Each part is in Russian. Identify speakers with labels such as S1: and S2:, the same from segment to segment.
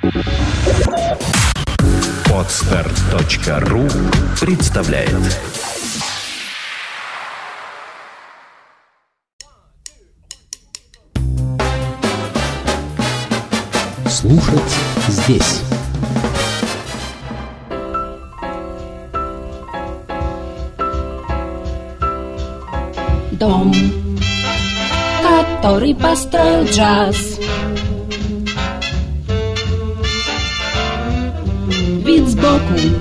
S1: Podster.ru представляет.
S2: Слушать здесь.
S3: Дом, который построил джаз. Вид сбоку.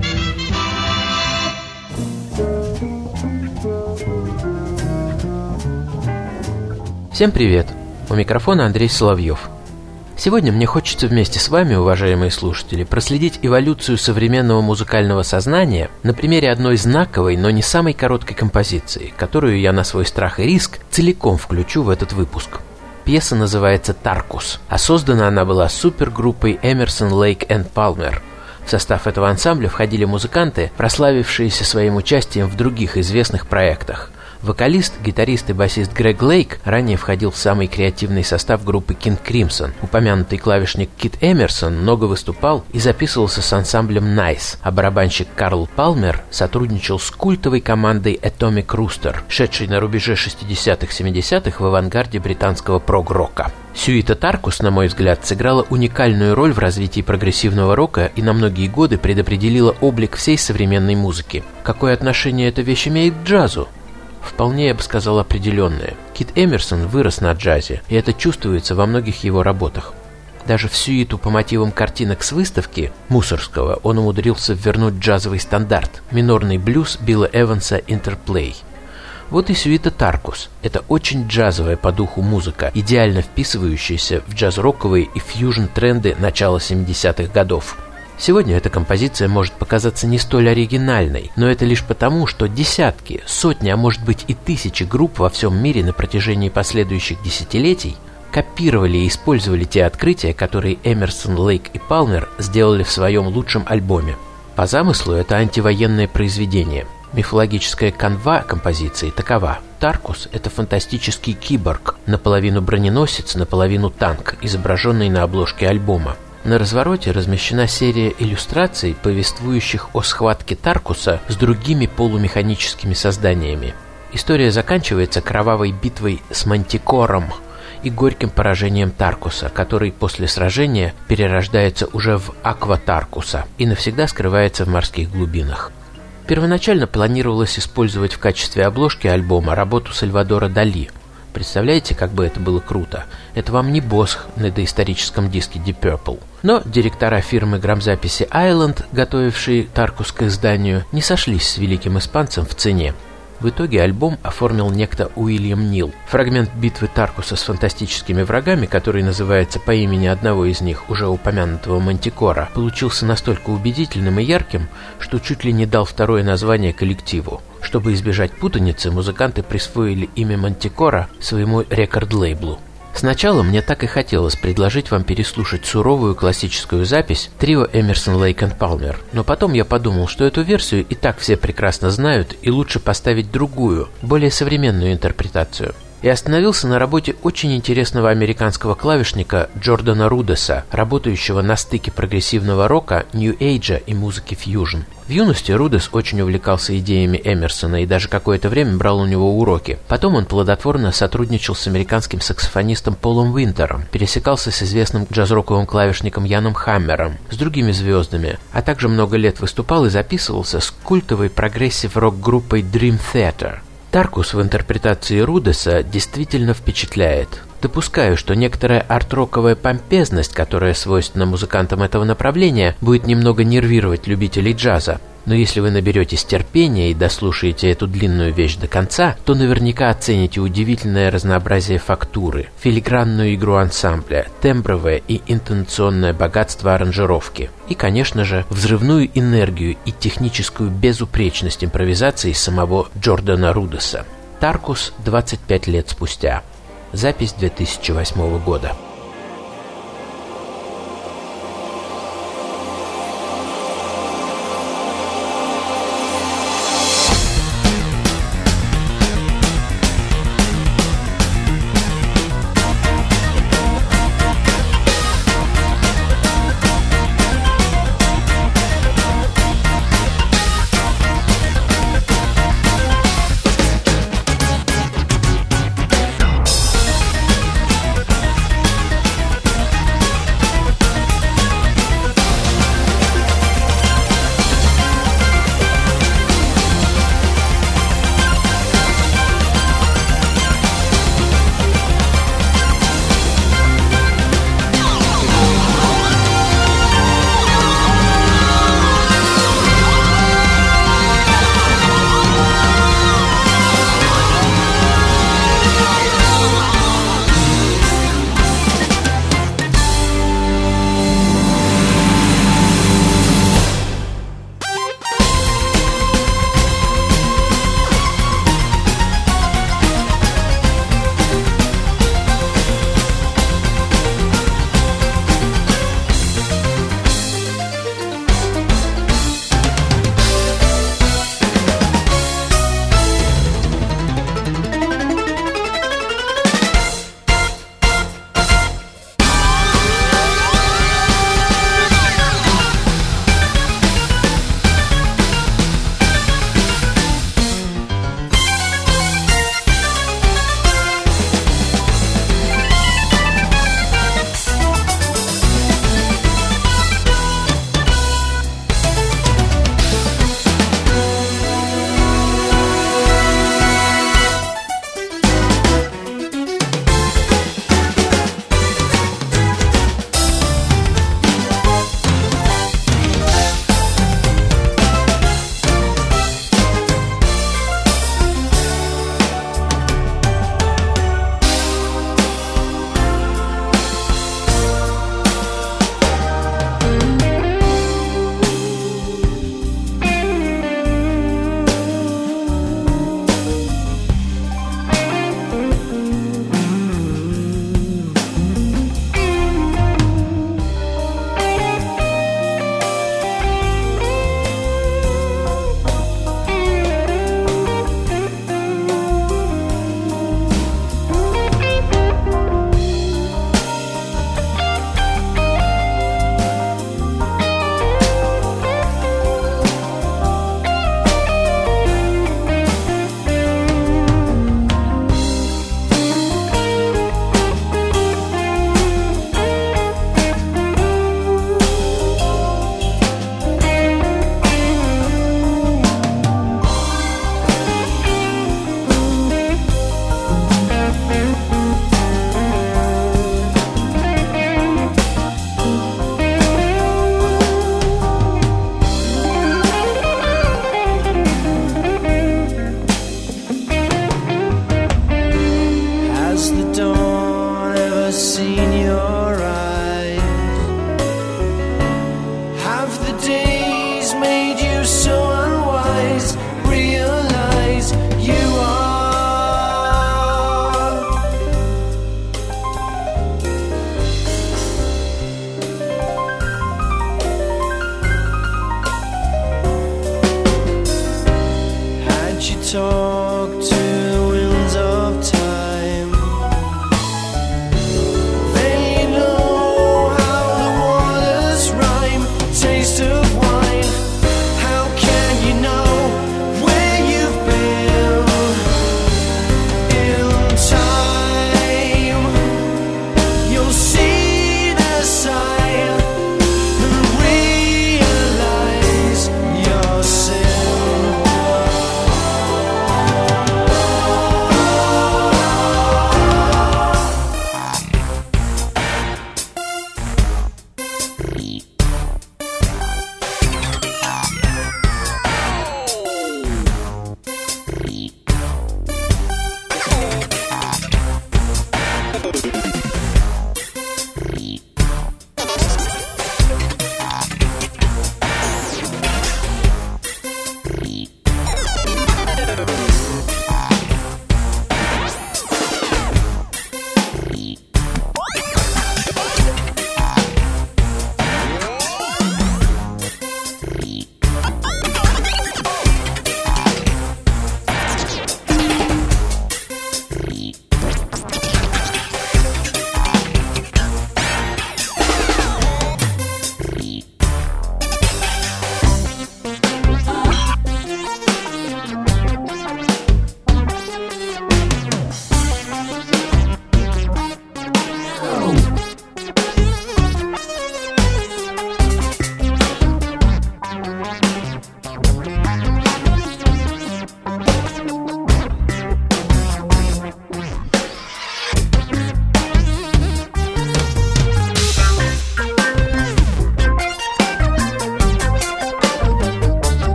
S4: Всем привет! У микрофона Андрей Соловьев. Сегодня мне хочется вместе с вами, уважаемые слушатели, проследить эволюцию современного музыкального сознания на примере одной знаковой, но не самой короткой композиции, которую я на свой страх и риск целиком включу в этот выпуск. Пьеса называется «Таркус», а создана она была супергруппой Эмерсон, Лейк и Палмер. В состав этого ансамбля входили музыканты, прославившиеся своим участием в других известных проектах. Вокалист, гитарист и басист Грег Лейк ранее входил в самый креативный состав группы King Crimson. Упомянутый клавишник Кит Эмерсон много выступал и записывался с ансамблем Nice, а барабанщик Карл Палмер сотрудничал с культовой командой Atomic Rooster, шедшей на рубеже 60-х-70-х в авангарде британского прог-рока. Сюита «Таркус», на мой взгляд, сыграла уникальную роль в развитии прогрессивного рока и на многие годы предопределила облик всей современной музыки. Какое отношение эта вещь имеет к джазу? Вполне, я бы сказал, определенное. Кит Эмерсон вырос на джазе, и это чувствуется во многих его работах. Даже в сюиту по мотивам картинок с выставки Мусоргского он умудрился вернуть джазовый стандарт – минорный блюз Билла Эванса «Интерплей». Вот и сюита «Таркус». Это очень джазовая по духу музыка, идеально вписывающаяся в джаз-роковые и фьюжн-тренды начала 70-х годов. Сегодня эта композиция может показаться не столь оригинальной, но это лишь потому, что десятки, сотни, а может быть и тысячи групп во всем мире на протяжении последующих десятилетий копировали и использовали те открытия, которые Эмерсон, Лейк и Палмер сделали в своем лучшем альбоме. По замыслу это антивоенное произведение. Мифологическая канва композиции такова. Таркус – это фантастический киборг, наполовину броненосец, наполовину танк, изображенный на обложке альбома. На развороте размещена серия иллюстраций, повествующих о схватке Таркуса с другими полумеханическими созданиями. История заканчивается кровавой битвой с Мантикором и горьким поражением Таркуса, который после сражения перерождается уже в Аква-Таркуса и навсегда скрывается в морских глубинах. Первоначально планировалось использовать в качестве обложки альбома работу Сальвадора Дали. Представляете, как бы это было круто? Это вам не Босх на доисторическом диске Deep Purple. Но директора фирмы грамзаписи Island, готовившие Таркус к изданию, не сошлись с великим испанцем в цене. В итоге альбом оформил некто Уильям Нил. Фрагмент битвы Таркуса с фантастическими врагами, который называется по имени одного из них, уже упомянутого Мантикора, получился настолько убедительным и ярким, что чуть ли не дал второе название коллективу. Чтобы избежать путаницы, музыканты присвоили имя Мантикора своему рекорд-лейблу. Сначала мне так и хотелось предложить вам переслушать суровую классическую запись трио Эмерсон, Лейк и Палмер, но потом я подумал, что эту версию и так все прекрасно знают, и лучше поставить другую, более современную интерпретацию. И остановился на работе очень интересного американского клавишника Джордана Рудеса, работающего на стыке прогрессивного рока, нью-эйджа и музыки фьюжн. В юности Рудес очень увлекался идеями Эмерсона и даже какое-то время брал у него уроки. Потом он плодотворно сотрудничал с американским саксофонистом Полом Уинтером, пересекался с известным джаз-роковым клавишником Яном Хаммером, с другими звездами, а также много лет выступал и записывался с культовой прогрессив-рок-группой Dream Theater. Таркус в интерпретации Рудеса действительно впечатляет. Допускаю, что некоторая арт-роковая помпезность, которая свойственна музыкантам этого направления, будет немного нервировать любителей джаза. Но если вы наберетесь терпения и дослушаете эту длинную вещь до конца, то наверняка оцените удивительное разнообразие фактуры, филигранную игру ансамбля, тембровое и интонационное богатство аранжировки и, конечно же, взрывную энергию и техническую безупречность импровизации самого Джордана Рудеса. Таркус 25 лет спустя. Запись 2008 года.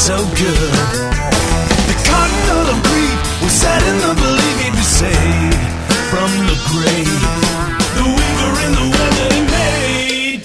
S5: so good. The cardinal of grief was set in the belief he'd be saved from the grave. The weaver in the web that he made.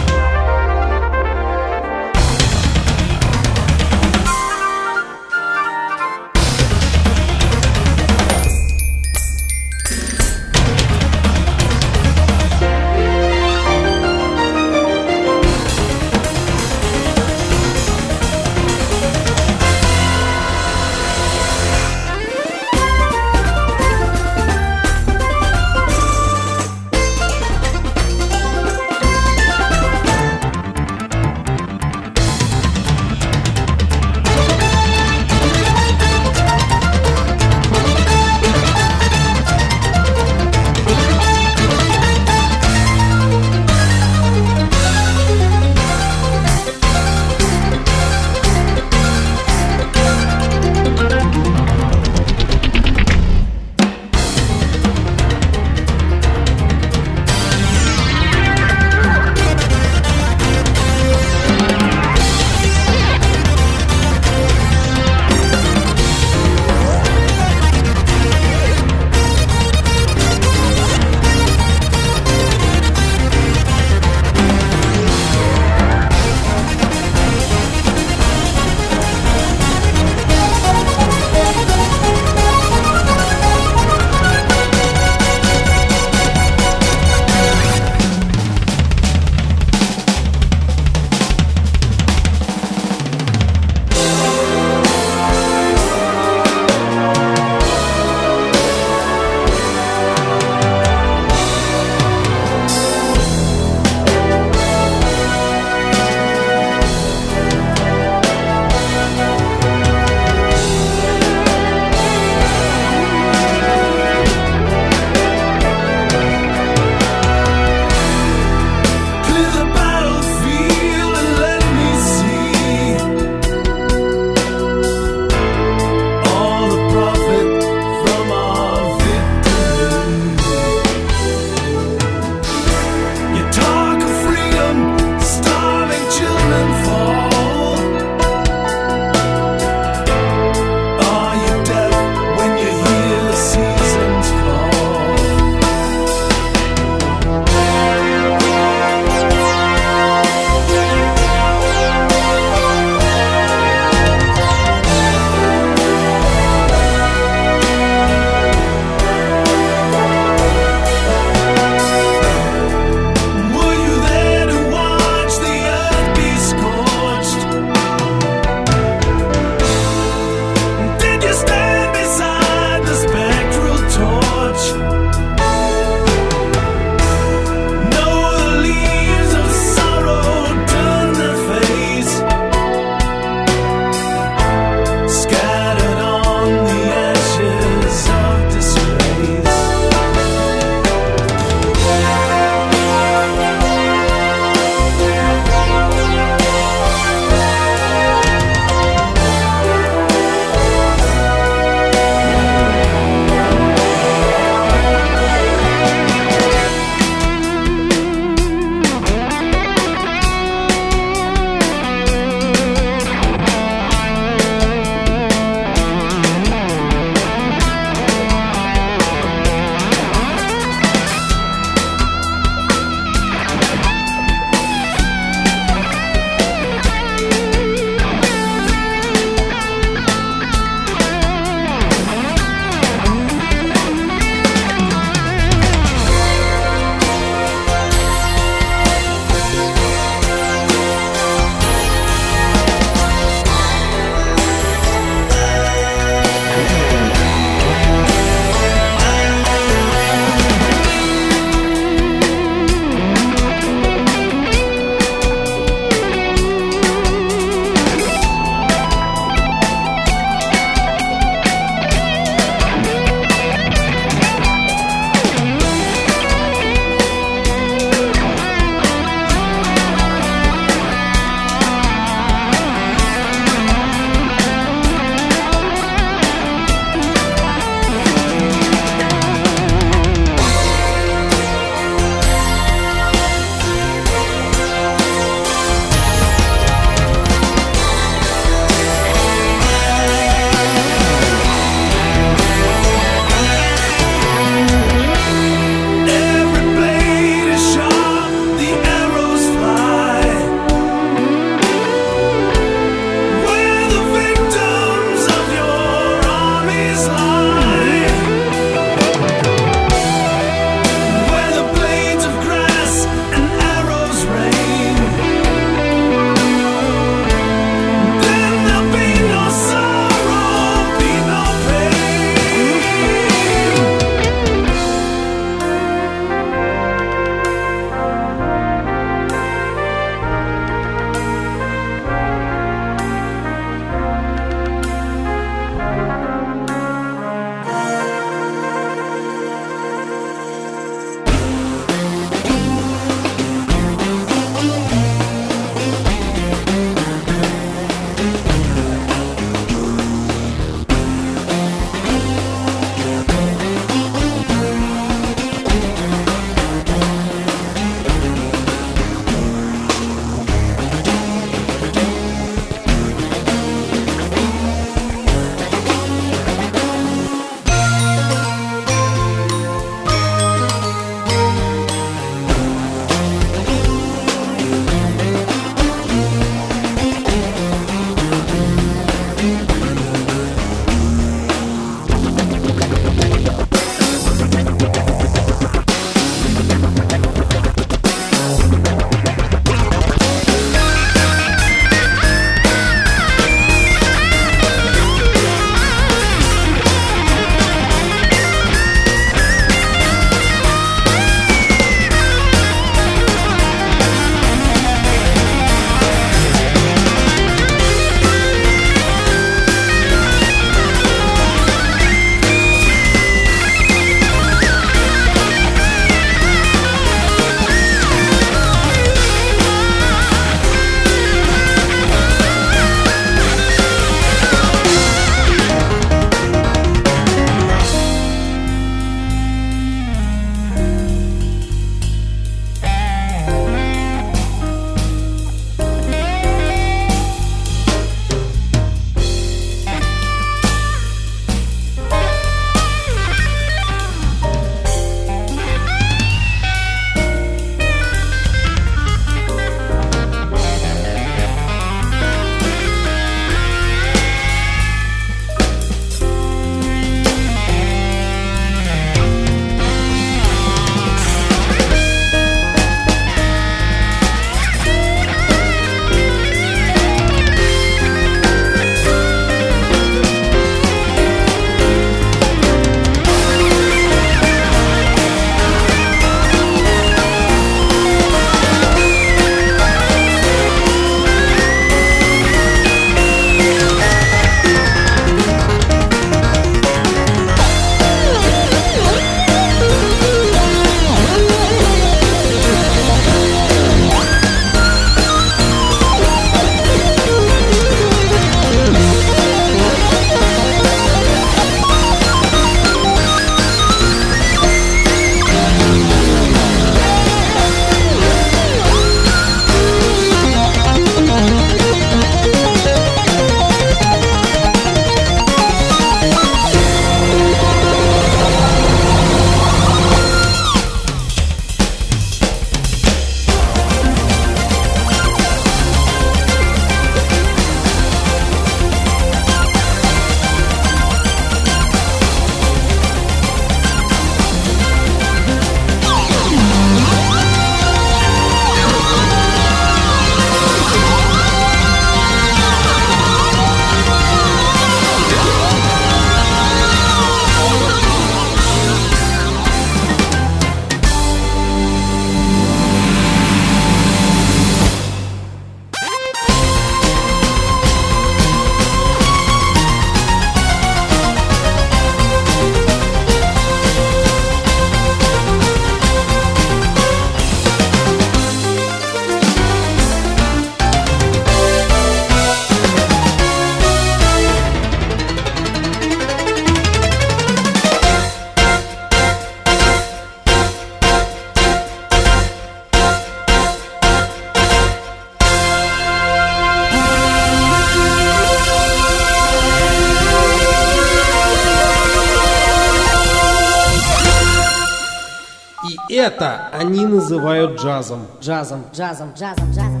S6: И это они называют джазом.
S7: Джазом, джазом, джазом, джазом.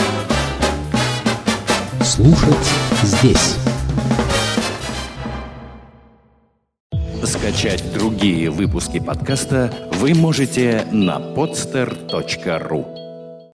S2: Слушать здесь.
S1: Скачать другие выпуски подкаста вы можете на podster.ru.